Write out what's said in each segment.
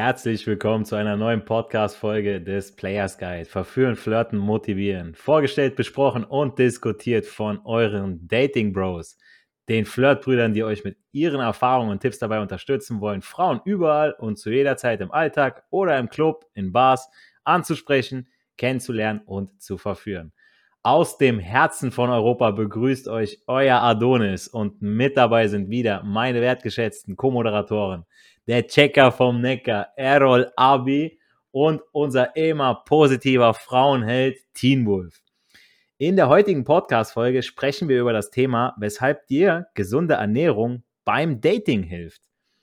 Herzlich willkommen zu einer neuen Podcast-Folge des Players Guide. Verführen, flirten, motivieren. Vorgestellt, besprochen und diskutiert von euren Dating Bros, den Flirtbrüdern, die euch mit ihren Erfahrungen und Tipps dabei unterstützen wollen, Frauen überall und zu jeder Zeit im Alltag oder im Club, in Bars anzusprechen, kennenzulernen und zu verführen. Aus dem Herzen von Europa begrüßt euch euer Adonis und mit dabei sind wieder meine wertgeschätzten Co-Moderatoren, der Checker vom Neckar, Errol Abi und unser immer positiver Frauenheld, Teen Wolf. In der heutigen Podcast-Folge sprechen wir über das Thema, weshalb dir gesunde Ernährung beim Dating hilft.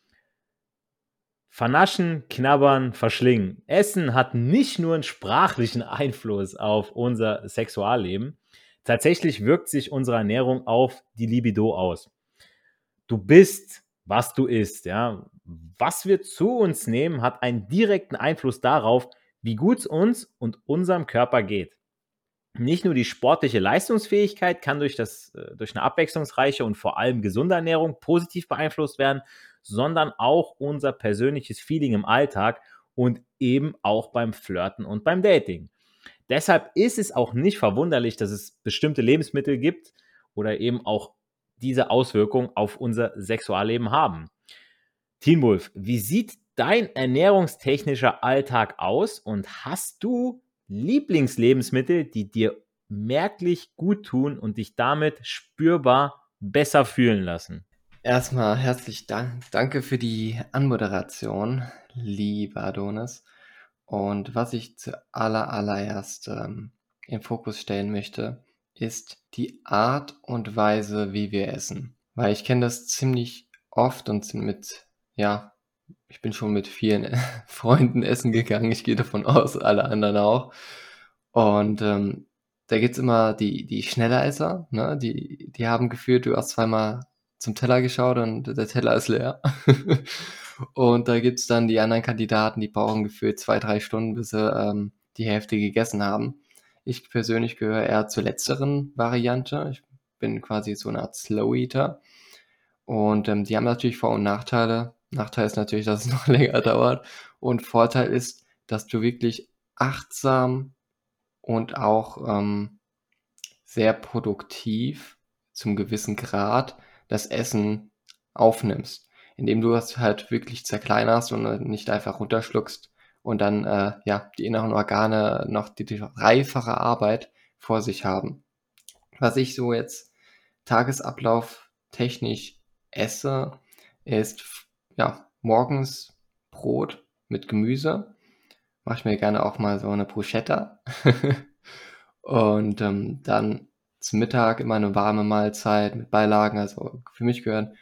Vernaschen, knabbern, verschlingen. Essen hat nicht nur einen sprachlichen Einfluss auf unser Sexualleben. Tatsächlich wirkt sich unsere Ernährung auf die Libido aus. Du bist, was du isst, ja. Was wir zu uns nehmen, hat einen direkten Einfluss darauf, wie gut es uns und unserem Körper geht. Nicht nur die sportliche Leistungsfähigkeit kann durch eine abwechslungsreiche und vor allem gesunde Ernährung positiv beeinflusst werden, sondern auch unser persönliches Feeling im Alltag und eben auch beim Flirten und beim Dating. Deshalb ist es auch nicht verwunderlich, dass es bestimmte Lebensmittel gibt oder eben auch diese Auswirkungen auf unser Sexualleben haben. Teen Wolf, wie sieht dein ernährungstechnischer Alltag aus und hast du Lieblingslebensmittel, die dir merklich gut tun und dich damit spürbar besser fühlen lassen? Erstmal herzlich danke für die Anmoderation, lieber Adonis. Und was ich zuallererst in Fokus stellen möchte, ist die Art und Weise, wie wir essen. Weil ich kenne das ziemlich oft und ich bin schon mit vielen Freunden essen gegangen. Ich gehe davon aus, alle anderen auch. Und da gibt's immer die Schnelleresser, ne? Die haben gefühlt, du hast zweimal zum Teller geschaut und der Teller ist leer. Und da gibt's dann die anderen Kandidaten, die brauchen gefühlt 2, 3 Stunden, bis sie die Hälfte gegessen haben. Ich persönlich gehöre eher zur letzteren Variante. Ich bin quasi so eine Art Slow Eater. Und die haben natürlich Vor- und Nachteile. Nachteil ist natürlich, dass es noch länger dauert. Und Vorteil ist, dass du wirklich achtsam und auch sehr produktiv zum gewissen Grad das Essen aufnimmst, indem du das halt wirklich zerkleinerst und nicht einfach runterschluckst und dann die inneren Organe noch die dreifache Arbeit vor sich haben. Was ich so jetzt Tagesablauf technisch esse, ist morgens Brot mit Gemüse. Mache ich mir gerne auch mal so eine Bruschetta. Und dann zum Mittag immer eine warme Mahlzeit mit Beilagen. Also für mich gehören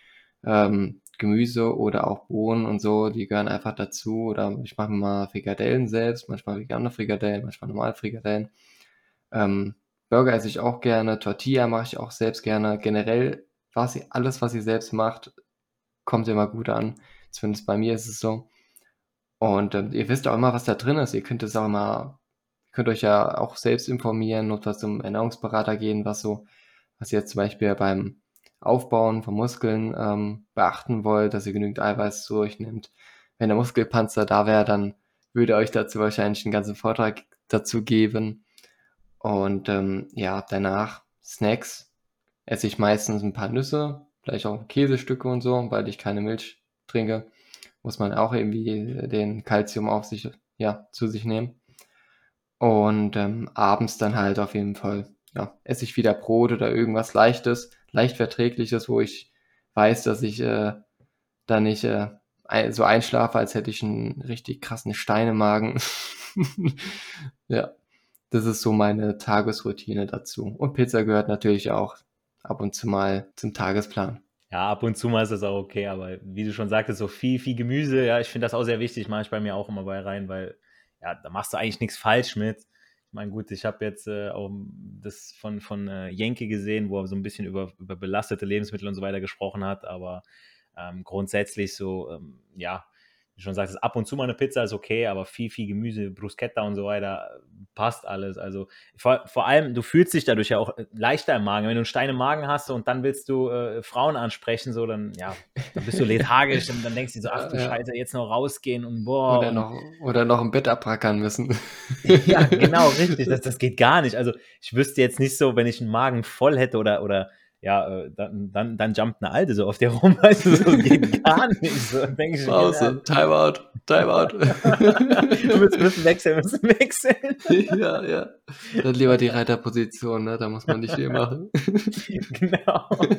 Gemüse oder auch Bohnen und so, die gehören einfach dazu. Oder ich mache mir mal Frikadellen selbst, manchmal vegane Frikadellen, manchmal normale Frikadellen. Ähm, Burger esse ich auch gerne, Tortilla mache ich auch selbst gerne. Generell alles, was ihr selbst macht, kommt immer gut an. Zumindest bei mir ist es so. Und ihr wisst auch immer, was da drin ist. Ihr könnt euch ja auch selbst informieren, notfalls zum Ernährungsberater gehen, was ihr jetzt zum Beispiel beim Aufbauen von Muskeln beachten wollt, dass ihr genügend Eiweiß zu euch nehmt. Wenn der Muskelpanzer da wäre, dann würde euch dazu wahrscheinlich einen ganzen Vortrag dazu geben. Und danach Snacks esse ich meistens ein paar Nüsse, vielleicht auch Käsestücke und so, weil ich keine Milch trinke, muss man auch irgendwie den Kalzium zu sich nehmen. Und abends dann halt auf jeden Fall, esse ich wieder Brot oder irgendwas Leichtes, leicht Verträgliches, wo ich weiß, dass ich dann nicht so einschlafe, als hätte ich einen richtig krassen Stein im Magen. Ja, das ist so meine Tagesroutine dazu. Und Pizza gehört natürlich auch ab und zu mal zum Tagesplan. Ja, ab und zu mal ist das auch okay, aber wie du schon sagtest, so viel Gemüse, ja, ich finde das auch sehr wichtig, mache ich bei mir auch immer bei rein, weil ja, da machst du eigentlich nichts falsch mit. Ich meine, gut, ich habe jetzt auch das von Jenke gesehen, wo er so ein bisschen über belastete Lebensmittel und so weiter gesprochen hat, aber grundsätzlich so, ja, wie du schon sagst, ab und zu mal eine Pizza ist okay, aber viel, viel Gemüse, Bruschetta und so weiter, passt alles. Also vor allem, du fühlst dich dadurch ja auch leichter im Magen. Wenn du einen Stein im Magen hast und dann willst du Frauen ansprechen, so, dann, ja, dann bist du lethargisch und dann denkst du so, ach Ja, du ja. Scheiße, jetzt noch rausgehen und boah, und Oder noch 'n Bett abrackern müssen. ja, genau, richtig. Das geht gar nicht. Also ich wüsste jetzt nicht so, wenn ich einen Magen voll hätte oder ja, dann jumpt eine Alte so auf dir rum, weißt du, so, das geht gar nicht. So, dann denke ich, ja, Pause, Timeout, Timeout. wir müssen wechseln, wir müssen wechseln. Ja, ja. Dann lieber die Reiterposition, ne? Da muss man nicht viel machen. Genau.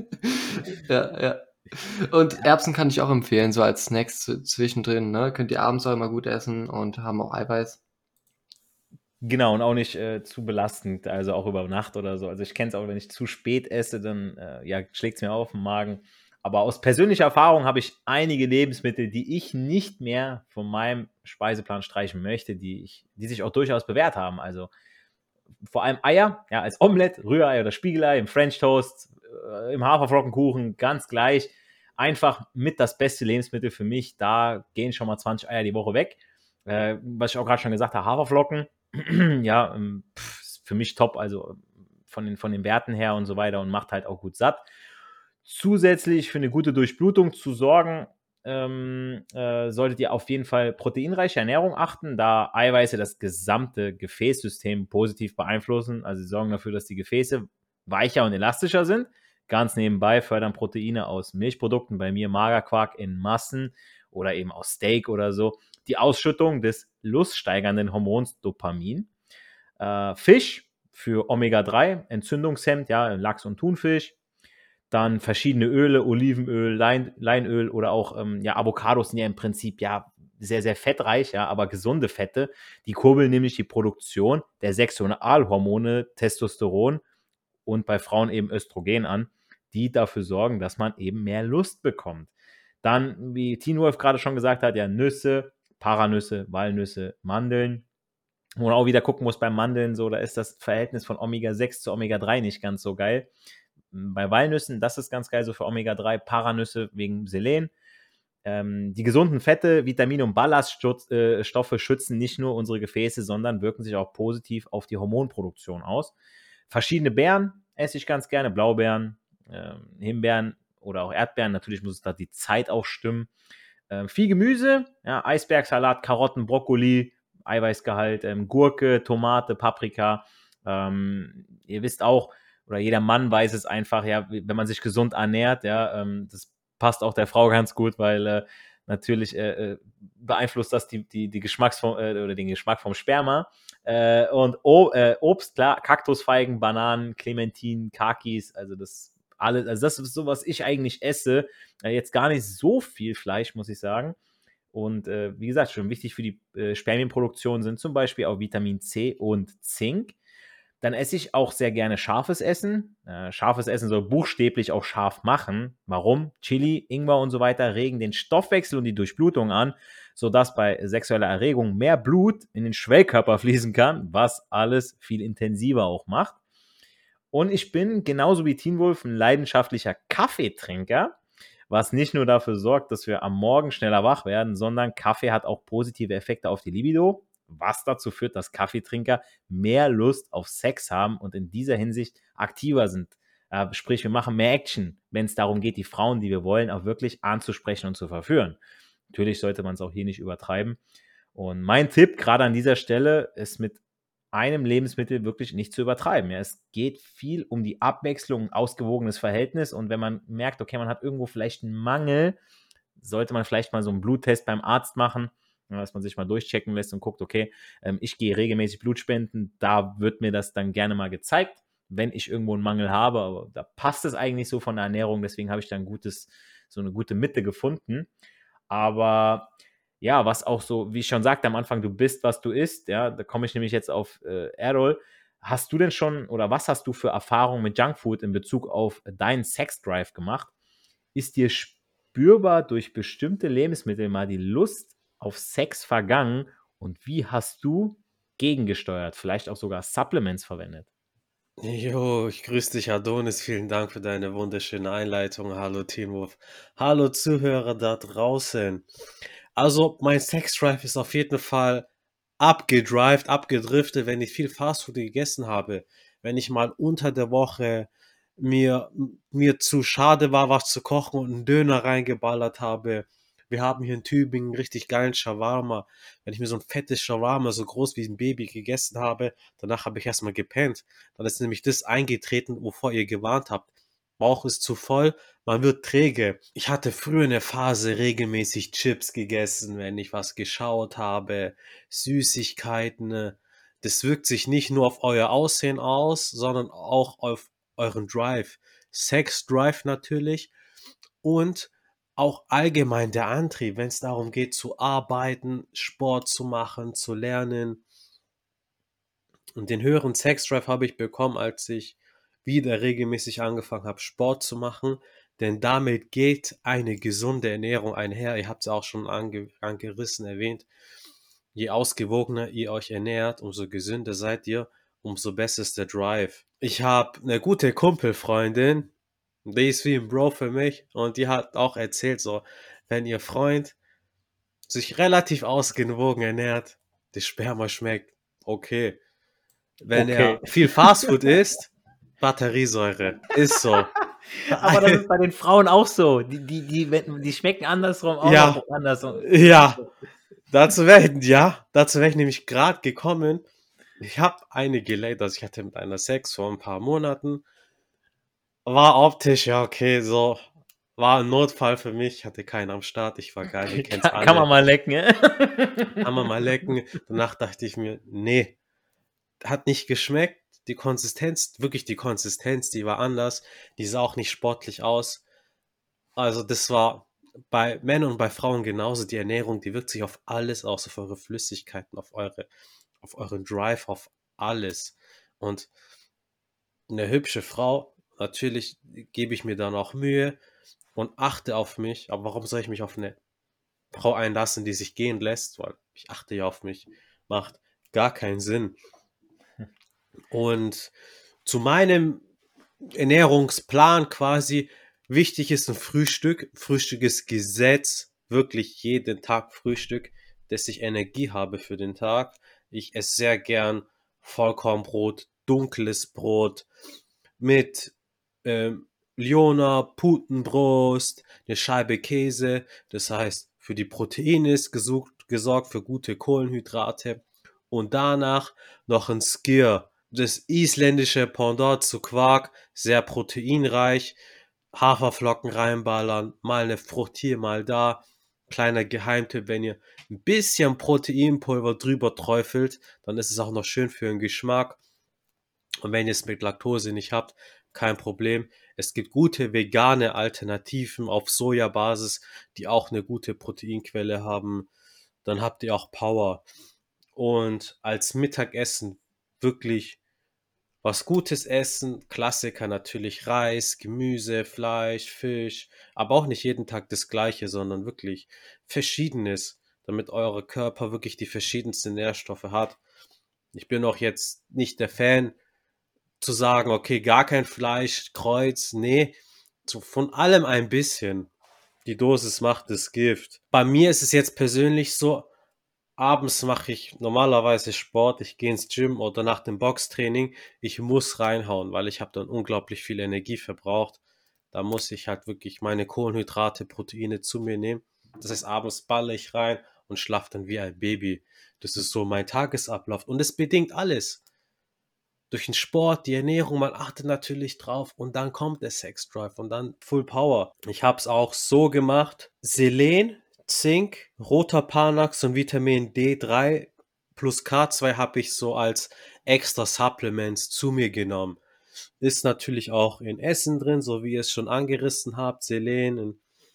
Ja, ja. Und Erbsen kann ich auch empfehlen, so als Snacks zwischendrin, ne? Könnt ihr abends auch immer gut essen und haben auch Eiweiß. Genau, und auch nicht zu belastend, also auch über Nacht oder so. Also ich kenne es auch, wenn ich zu spät esse, dann ja, schlägt es mir auf den Magen. Aber aus persönlicher Erfahrung habe ich einige Lebensmittel, die ich nicht mehr von meinem Speiseplan streichen möchte, die sich auch durchaus bewährt haben. Also vor allem Eier, ja, als Omelette, Rührei oder Spiegelei, im French Toast, im Haferflockenkuchen, ganz gleich. Einfach mit das beste Lebensmittel für mich. Da gehen schon mal 20 Eier die Woche weg. Was ich auch gerade schon gesagt habe, Haferflocken, ja, ist für mich top, also von den Werten her und so weiter und macht halt auch gut satt. Zusätzlich für eine gute Durchblutung zu sorgen, solltet ihr auf jeden Fall proteinreiche Ernährung achten, da Eiweiße das gesamte Gefäßsystem positiv beeinflussen. Also sie sorgen dafür, dass die Gefäße weicher und elastischer sind. Ganz nebenbei fördern Proteine aus Milchprodukten, bei mir Magerquark in Massen oder eben aus Steak oder so, die Ausschüttung des luststeigernden Hormons Dopamin. Fisch für Omega-3, Entzündungshemd, ja, Lachs und Thunfisch. Dann verschiedene Öle, Olivenöl, Leinöl oder auch ja, Avocados sind ja im Prinzip ja sehr, sehr fettreich, ja, aber gesunde Fette. Die kurbeln nämlich die Produktion der Sexualhormone Testosteron und bei Frauen eben Östrogen an, die dafür sorgen, dass man eben mehr Lust bekommt. Dann, wie Teen Wolf gerade schon gesagt hat, ja, Nüsse, Paranüsse, Walnüsse, Mandeln. Wo man auch wieder gucken muss beim Mandeln, so, da ist das Verhältnis von Omega-6 zu Omega-3 nicht ganz so geil. Bei Walnüssen, das ist ganz geil, so für Omega-3, Paranüsse wegen Selen. Die gesunden Fette, Vitamine und Ballaststoffe schützen nicht nur unsere Gefäße, sondern wirken sich auch positiv auf die Hormonproduktion aus. Verschiedene Beeren esse ich ganz gerne, Blaubeeren, Himbeeren oder auch Erdbeeren. Natürlich muss es da die Zeit auch stimmen. Viel Gemüse, ja, Eisbergsalat, Karotten, Brokkoli, Eiweißgehalt, Gurke, Tomate, Paprika. Ihr wisst auch, oder jeder Mann weiß es einfach, ja, wenn man sich gesund ernährt, ja, das passt auch der Frau ganz gut, weil natürlich beeinflusst das die Geschmacksform oder den Geschmack vom Sperma. Und Obst, klar, Kaktusfeigen, Bananen, Clementinen, Kakis, also das ist so, was ich eigentlich esse. Jetzt gar nicht so viel Fleisch, muss ich sagen. Und wie gesagt, schon wichtig für die Spermienproduktion sind zum Beispiel auch Vitamin C und Zink. Dann esse ich auch sehr gerne scharfes Essen. Scharfes Essen soll buchstäblich auch scharf machen. Warum? Chili, Ingwer und so weiter regen den Stoffwechsel und die Durchblutung an, sodass bei sexueller Erregung mehr Blut in den Schwellkörper fließen kann, was alles viel intensiver auch macht. Und ich bin genauso wie Teen Wolf ein leidenschaftlicher Kaffeetrinker, was nicht nur dafür sorgt, dass wir am Morgen schneller wach werden, sondern Kaffee hat auch positive Effekte auf die Libido, was dazu führt, dass Kaffeetrinker mehr Lust auf Sex haben und in dieser Hinsicht aktiver sind. Sprich, wir machen mehr Action, wenn es darum geht, die Frauen, die wir wollen, auch wirklich anzusprechen und zu verführen. Natürlich sollte man es auch hier nicht übertreiben. Und mein Tipp gerade an dieser Stelle ist mit einem Lebensmittel wirklich nicht zu übertreiben. Ja, es geht viel um die Abwechslung, ein ausgewogenes Verhältnis. Und wenn man merkt, okay, man hat irgendwo vielleicht einen Mangel, sollte man vielleicht mal so einen Bluttest beim Arzt machen, ja, dass man sich mal durchchecken lässt und guckt, okay, ich gehe regelmäßig Blut spenden, da wird mir das dann gerne mal gezeigt, wenn ich irgendwo einen Mangel habe, aber da passt es eigentlich so von der Ernährung, deswegen habe ich da so eine gute Mitte gefunden. Aber ja, was auch so, wie ich schon sagte am Anfang, du bist, was du isst, ja, da komme ich nämlich jetzt auf Errol. Hast du denn schon oder was hast du für Erfahrungen mit Junkfood in Bezug auf deinen Sexdrive gemacht? Ist dir spürbar durch bestimmte Lebensmittel mal die Lust auf Sex vergangen und wie hast du gegengesteuert? Vielleicht auch sogar Supplements verwendet? Jo, ich grüße dich, Adonis. Vielen Dank für deine wunderschöne Einleitung. Hallo, Teamwolf. Hallo, Zuhörer da draußen. Also mein Sexdrive ist auf jeden Fall abgedriftet, wenn ich viel Fastfood gegessen habe. Wenn ich mal unter der Woche mir, mir zu schade war, was zu kochen und einen Döner reingeballert habe. Wir haben hier in Tübingen einen richtig geilen Shawarma. Wenn ich mir so ein fettes Shawarma, so groß wie ein Baby, gegessen habe, danach habe ich erstmal gepennt. Dann ist nämlich das eingetreten, wovor ihr gewarnt habt. Bauch ist zu voll, man wird träge. Ich hatte früher eine Phase regelmäßig Chips gegessen, wenn ich was geschaut habe, Süßigkeiten. Das wirkt sich nicht nur auf euer Aussehen aus, sondern auch auf euren Drive. Sex Drive natürlich und auch allgemein der Antrieb, wenn es darum geht zu arbeiten, Sport zu machen, zu lernen. Und den höheren Sex-Drive habe ich bekommen, als ich wieder regelmäßig angefangen habe, Sport zu machen. Denn damit geht eine gesunde Ernährung einher. Ihr habt es auch schon angerissen, erwähnt. Je ausgewogener ihr euch ernährt, umso gesünder seid ihr, umso besser ist der Drive. Ich habe eine gute Kumpelfreundin, die ist wie ein Bro für mich und die hat auch erzählt, so, wenn ihr Freund sich relativ ausgewogen ernährt, das Sperma schmeckt okay. Wenn Okay. er viel Fastfood isst, Batteriesäure. Ist so. Aber das ist bei den Frauen auch so. Die schmecken andersrum auch Ja. noch andersrum. Ja, dazu wäre ich nämlich gerade gekommen. Ich habe eine gelayt, also ich hatte mit einer Sex vor ein paar Monaten. War optisch, ja, okay, so. War ein Notfall für mich. Ich hatte keinen am Start. Ich war geil, ihr kennt's alle. Kann man mal lecken, ja? Kann man mal lecken. Danach dachte ich mir, nee, hat nicht geschmeckt. Die Konsistenz, wirklich die Konsistenz, die war anders. Die sah auch nicht sportlich aus. Also das war bei Männern und bei Frauen genauso. Die Ernährung, die wirkt sich auf alles aus, auf eure Flüssigkeiten, auf euren Drive, auf alles. Und eine hübsche Frau, natürlich gebe ich mir dann auch Mühe und achte auf mich. Aber warum soll ich mich auf eine Frau einlassen, die sich gehen lässt? Weil ich achte ja auf mich. Macht gar keinen Sinn. Und zu meinem Ernährungsplan quasi, wichtig ist ein Frühstück. Frühstück ist Gesetz. Wirklich jeden Tag Frühstück, dass ich Energie habe für den Tag. Ich esse sehr gern Vollkornbrot, dunkles Brot mit Liona, Putenbrust, eine Scheibe Käse. Das heißt, für die Proteine ist gesorgt für gute Kohlenhydrate. Und danach noch ein Skyr, das isländische Pendant zu Quark, sehr proteinreich. Haferflocken reinballern, mal eine Frucht hier, mal da. Kleiner Geheimtipp, wenn ihr ein bisschen Proteinpulver drüber träufelt, dann ist es auch noch schön für den Geschmack. Und wenn ihr es mit Laktose nicht habt, kein Problem. Es gibt gute vegane Alternativen auf Sojabasis, die auch eine gute Proteinquelle haben. Dann habt ihr auch Power. Und als Mittagessen wirklich was Gutes essen. Klassiker natürlich Reis, Gemüse, Fleisch, Fisch. Aber auch nicht jeden Tag das Gleiche, sondern wirklich Verschiedenes, damit euer Körper wirklich die verschiedensten Nährstoffe hat. Ich bin auch jetzt nicht der Fan zu sagen, okay, gar kein Fleisch, Kreuz, nee, so von allem ein bisschen. Die Dosis macht das Gift. Bei mir ist es jetzt persönlich so, abends mache ich normalerweise Sport, ich gehe ins Gym oder nach dem Boxtraining, ich muss reinhauen, weil ich habe dann unglaublich viel Energie verbraucht. Da muss ich halt wirklich meine Kohlenhydrate, Proteine zu mir nehmen. Das heißt, abends balle ich rein und schlafe dann wie ein Baby. Das ist so mein Tagesablauf und es bedingt alles. Durch den Sport, die Ernährung, man achtet natürlich drauf und dann kommt der Sexdrive und dann Full Power. Ich habe es auch so gemacht. Selen, Zink, roter Panax und Vitamin D3 plus K2 habe ich so als extra Supplements zu mir genommen. Ist natürlich auch in Essen drin, so wie ihr es schon angerissen habt, Selen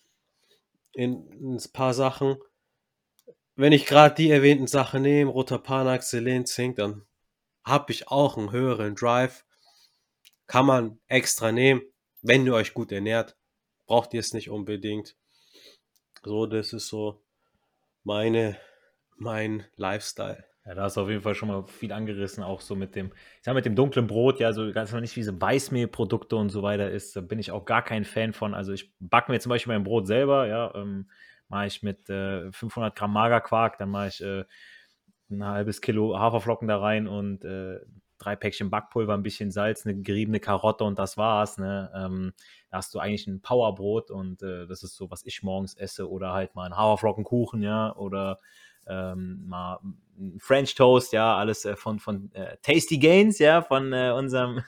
in ein paar Sachen. Wenn ich gerade die erwähnten Sachen nehme, roter Panax, Selen, Zink, dann habe ich auch einen höheren Drive. Kann man extra nehmen, wenn ihr euch gut ernährt. Braucht ihr es nicht unbedingt. So, das ist so mein Lifestyle. Ja, da hast du auf jeden Fall schon mal viel angerissen, auch so mit dem, ich sag, mit dem dunklen Brot, ja, so ganz nicht diese Weißmehlprodukte und so weiter ist, da bin ich auch gar kein Fan von. Also ich backe mir zum Beispiel mein Brot selber, ja, mache ich mit 500 Gramm Magerquark, dann mache ich ein halbes Kilo Haferflocken da rein und 3 Päckchen Backpulver, ein bisschen Salz, eine geriebene Karotte und das war's. Ne? Da hast du eigentlich ein Powerbrot und das ist so, was ich morgens esse oder halt mal ein Haferflockenkuchen, ja, oder mal ein French Toast, ja, alles von Tasty Gains, ja, von unserem,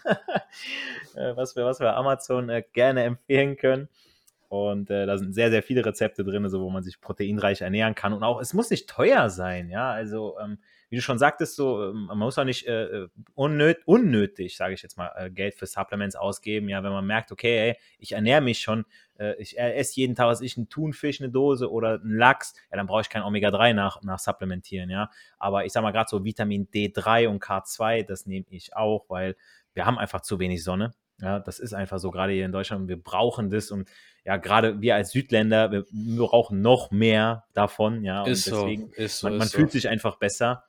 was wir Amazon gerne empfehlen können. Und da sind sehr, sehr viele Rezepte drin, so, wo man sich proteinreich ernähren kann. Und auch, es muss nicht teuer sein, ja. Also, wie du schon sagtest, so, man muss auch nicht unnötig, sage ich jetzt mal, Geld für Supplements ausgeben. Ja, wenn man merkt, okay, ey, ich ernähre mich schon, ich esse jeden Tag, was ich, einen Thunfisch, eine Dose oder einen Lachs, ja, dann brauche ich kein Omega-3 nach supplementieren, ja. Aber ich sag mal gerade so Vitamin D3 und K2, das nehme ich auch, weil wir haben einfach zu wenig Sonne. Ja, das ist einfach so, gerade hier in Deutschland, wir brauchen das und ja, gerade wir als Südländer, wir brauchen noch mehr davon, ja, und Ist so, deswegen, ist so, man ist so. fühlt sich einfach besser.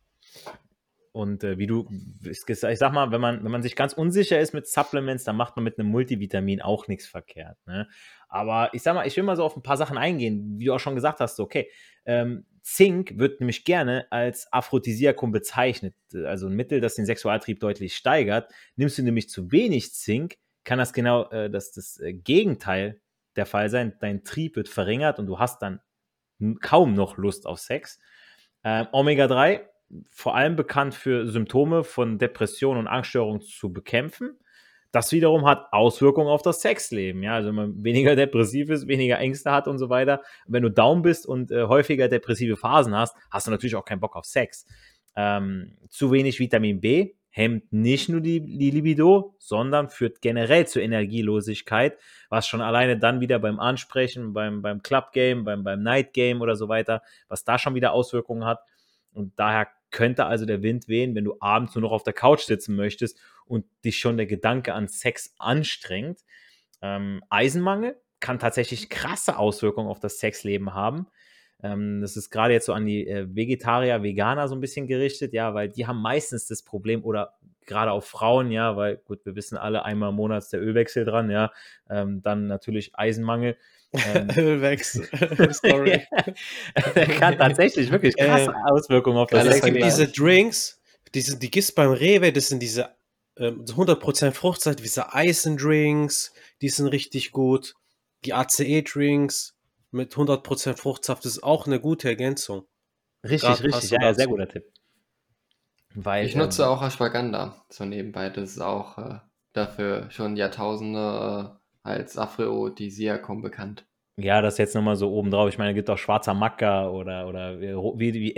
Und ich sag mal, wenn man sich ganz unsicher ist mit Supplements, dann macht man mit einem Multivitamin auch nichts verkehrt. Ne? Aber ich sag mal, ich will mal so auf ein paar Sachen eingehen, wie du auch schon gesagt hast, so, okay, Zink wird nämlich gerne als Aphrodisiakum bezeichnet, also ein Mittel, das den Sexualtrieb deutlich steigert. Nimmst du nämlich zu wenig Zink, kann das genau das Gegenteil der Fall sein. Dein Trieb wird verringert und du hast dann kaum noch Lust auf Sex. Omega-3, vor allem bekannt für Symptome von Depression und Angststörungen zu bekämpfen. Das wiederum hat Auswirkungen auf das Sexleben. Ja? Also wenn man weniger depressiv ist, weniger Ängste hat und so weiter. Und wenn du down bist und häufiger depressive Phasen hast, hast du natürlich auch keinen Bock auf Sex. Zu wenig Vitamin B hemmt nicht nur die Libido, sondern führt generell zur Energielosigkeit, was schon alleine dann wieder beim Ansprechen, beim Club-Game, beim Night-Game oder so weiter, was da schon wieder Auswirkungen hat. Und daher könnte also der Wind wehen, wenn du abends nur noch auf der Couch sitzen möchtest und dich schon der Gedanke an Sex anstrengt. Eisenmangel kann tatsächlich krasse Auswirkungen auf das Sexleben haben. Das ist gerade jetzt so an die Vegetarier, Veganer so ein bisschen gerichtet, ja, weil die haben meistens das Problem oder gerade auch Frauen, ja, weil gut, wir wissen alle, einmal im Monat ist der Ölwechsel dran, ja, dann natürlich Eisenmangel. Ölwechsel, sorry. Der kann tatsächlich wirklich krasse Auswirkungen auf das geiles Sexleben. Diese Drinks, die gibt's beim Rewe, das sind diese 100% Fruchtsaft, diese Eisendrinks, die sind richtig gut. Die ACE-Drinks mit 100% Fruchtsaft, das ist auch eine gute Ergänzung. Richtig, Gerade richtig, passend ja, sehr dazu. guter Tipp. Weil, Ich nutze auch Ashwagandha so nebenbei. Das ist auch dafür schon Jahrtausende als Aphrodisiakum bekannt. ja, das jetzt nochmal so oben drauf. Ich meine, es gibt auch schwarzer Macker oder wie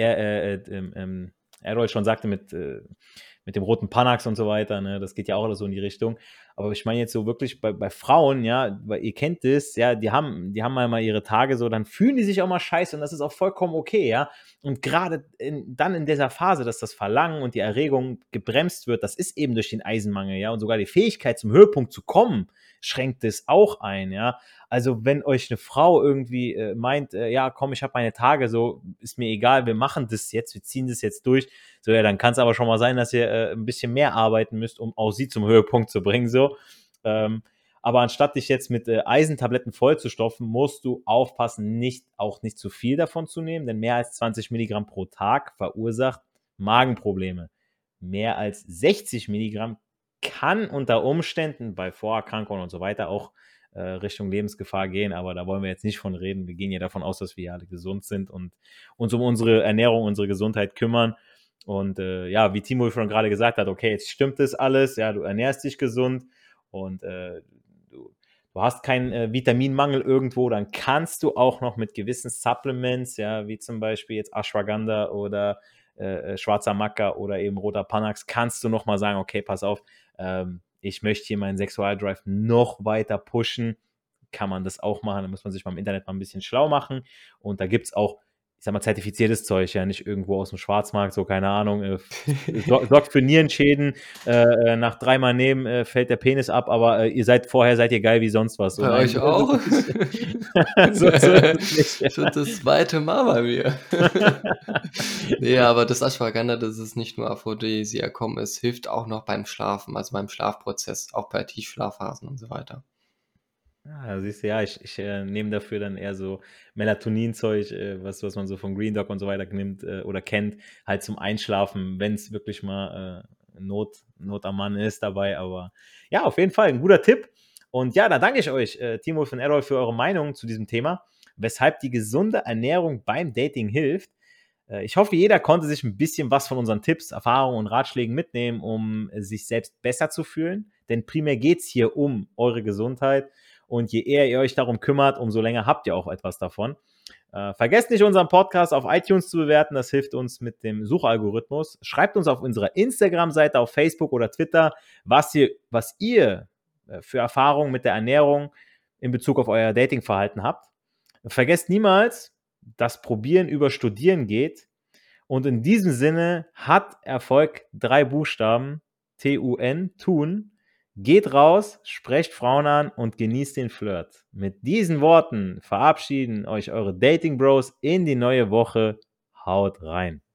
Errol schon sagte, mit dem roten Panax und so weiter, ne? Das geht ja auch alles so in die Richtung. Aber ich meine jetzt so wirklich bei Frauen, ja, weil ihr kennt das, ja, die haben mal ihre Tage so, dann fühlen die sich auch mal scheiße und das ist auch vollkommen okay, ja. Und gerade dann in dieser Phase, dass das Verlangen und die Erregung gebremst wird, das ist eben durch den Eisenmangel, ja. Und sogar die Fähigkeit zum Höhepunkt zu kommen, schränkt es auch ein, ja. Also wenn euch eine Frau irgendwie meint, ja, komm, ich habe meine Tage, so ist mir egal, wir machen das jetzt, wir ziehen das jetzt durch, so ja, dann kann es aber schon mal sein, dass ihr ein bisschen mehr arbeiten müsst, um auch sie zum Höhepunkt zu bringen, so. Aber anstatt dich jetzt mit Eisentabletten vollzustopfen, musst du aufpassen, auch nicht zu viel davon zu nehmen, denn mehr als 20 Milligramm pro Tag verursacht Magenprobleme. Mehr als 60 Milligramm kann unter Umständen bei Vorerkrankungen und so weiter auch Richtung Lebensgefahr gehen, aber da wollen wir jetzt nicht von reden. Wir gehen ja davon aus, dass wir alle gesund sind und uns um unsere Ernährung, unsere Gesundheit kümmern. Und ja, wie Timo schon gerade gesagt hat, okay, jetzt stimmt das alles, ja, du ernährst dich gesund und du hast keinen Vitaminmangel irgendwo, dann kannst du auch noch mit gewissen Supplements, ja, wie zum Beispiel jetzt Ashwagandha oder schwarzer Maca oder eben roter Panax, kannst du nochmal sagen, okay, pass auf, ich möchte hier meinen Sexualdrive noch weiter pushen, kann man das auch machen, da muss man sich mal im Internet mal ein bisschen schlau machen und da gibt es auch, ich sag mal, zertifiziertes Zeug, ja, nicht irgendwo aus dem Schwarzmarkt, so, keine Ahnung, sorgt für Nierenschäden, nach 3-mal nehmen fällt der Penis ab, aber vorher seid ihr geil wie sonst was. So, Bei nein, euch auch? so ist es nicht. Schon das zweite Mal bei mir. Nee, aber das Ashwagandha, das ist nicht nur Aphrodisiakum, es hilft auch noch beim Schlafen, also beim Schlafprozess, auch bei Tiefschlafphasen und so weiter. Siehst du, ja, ich nehme dafür dann eher so Melatonin-Zeug, was man so von Green Dog und so weiter nimmt oder kennt, halt zum Einschlafen, wenn es wirklich mal Not am Mann ist dabei. Aber ja, auf jeden Fall ein guter Tipp. Und ja, da danke ich euch, Timo und Errol, für eure Meinung zu diesem Thema, weshalb die gesunde Ernährung beim Dating hilft. Ich hoffe, jeder konnte sich ein bisschen was von unseren Tipps, Erfahrungen und Ratschlägen mitnehmen, um sich selbst besser zu fühlen. Denn primär geht es hier um eure Gesundheit. Und je eher ihr euch darum kümmert, umso länger habt ihr auch etwas davon. Vergesst nicht, unseren Podcast auf iTunes zu bewerten. Das hilft uns mit dem Suchalgorithmus. Schreibt uns auf unserer Instagram-Seite, auf Facebook oder Twitter, was ihr für Erfahrungen mit der Ernährung in Bezug auf euer Datingverhalten habt. Vergesst niemals, dass Probieren über Studieren geht. Und in diesem Sinne hat Erfolg 3 Buchstaben, T-U-N, tun. Geht raus, sprecht Frauen an und genießt den Flirt. Mit diesen Worten verabschieden euch eure Dating Bros in die neue Woche. Haut rein.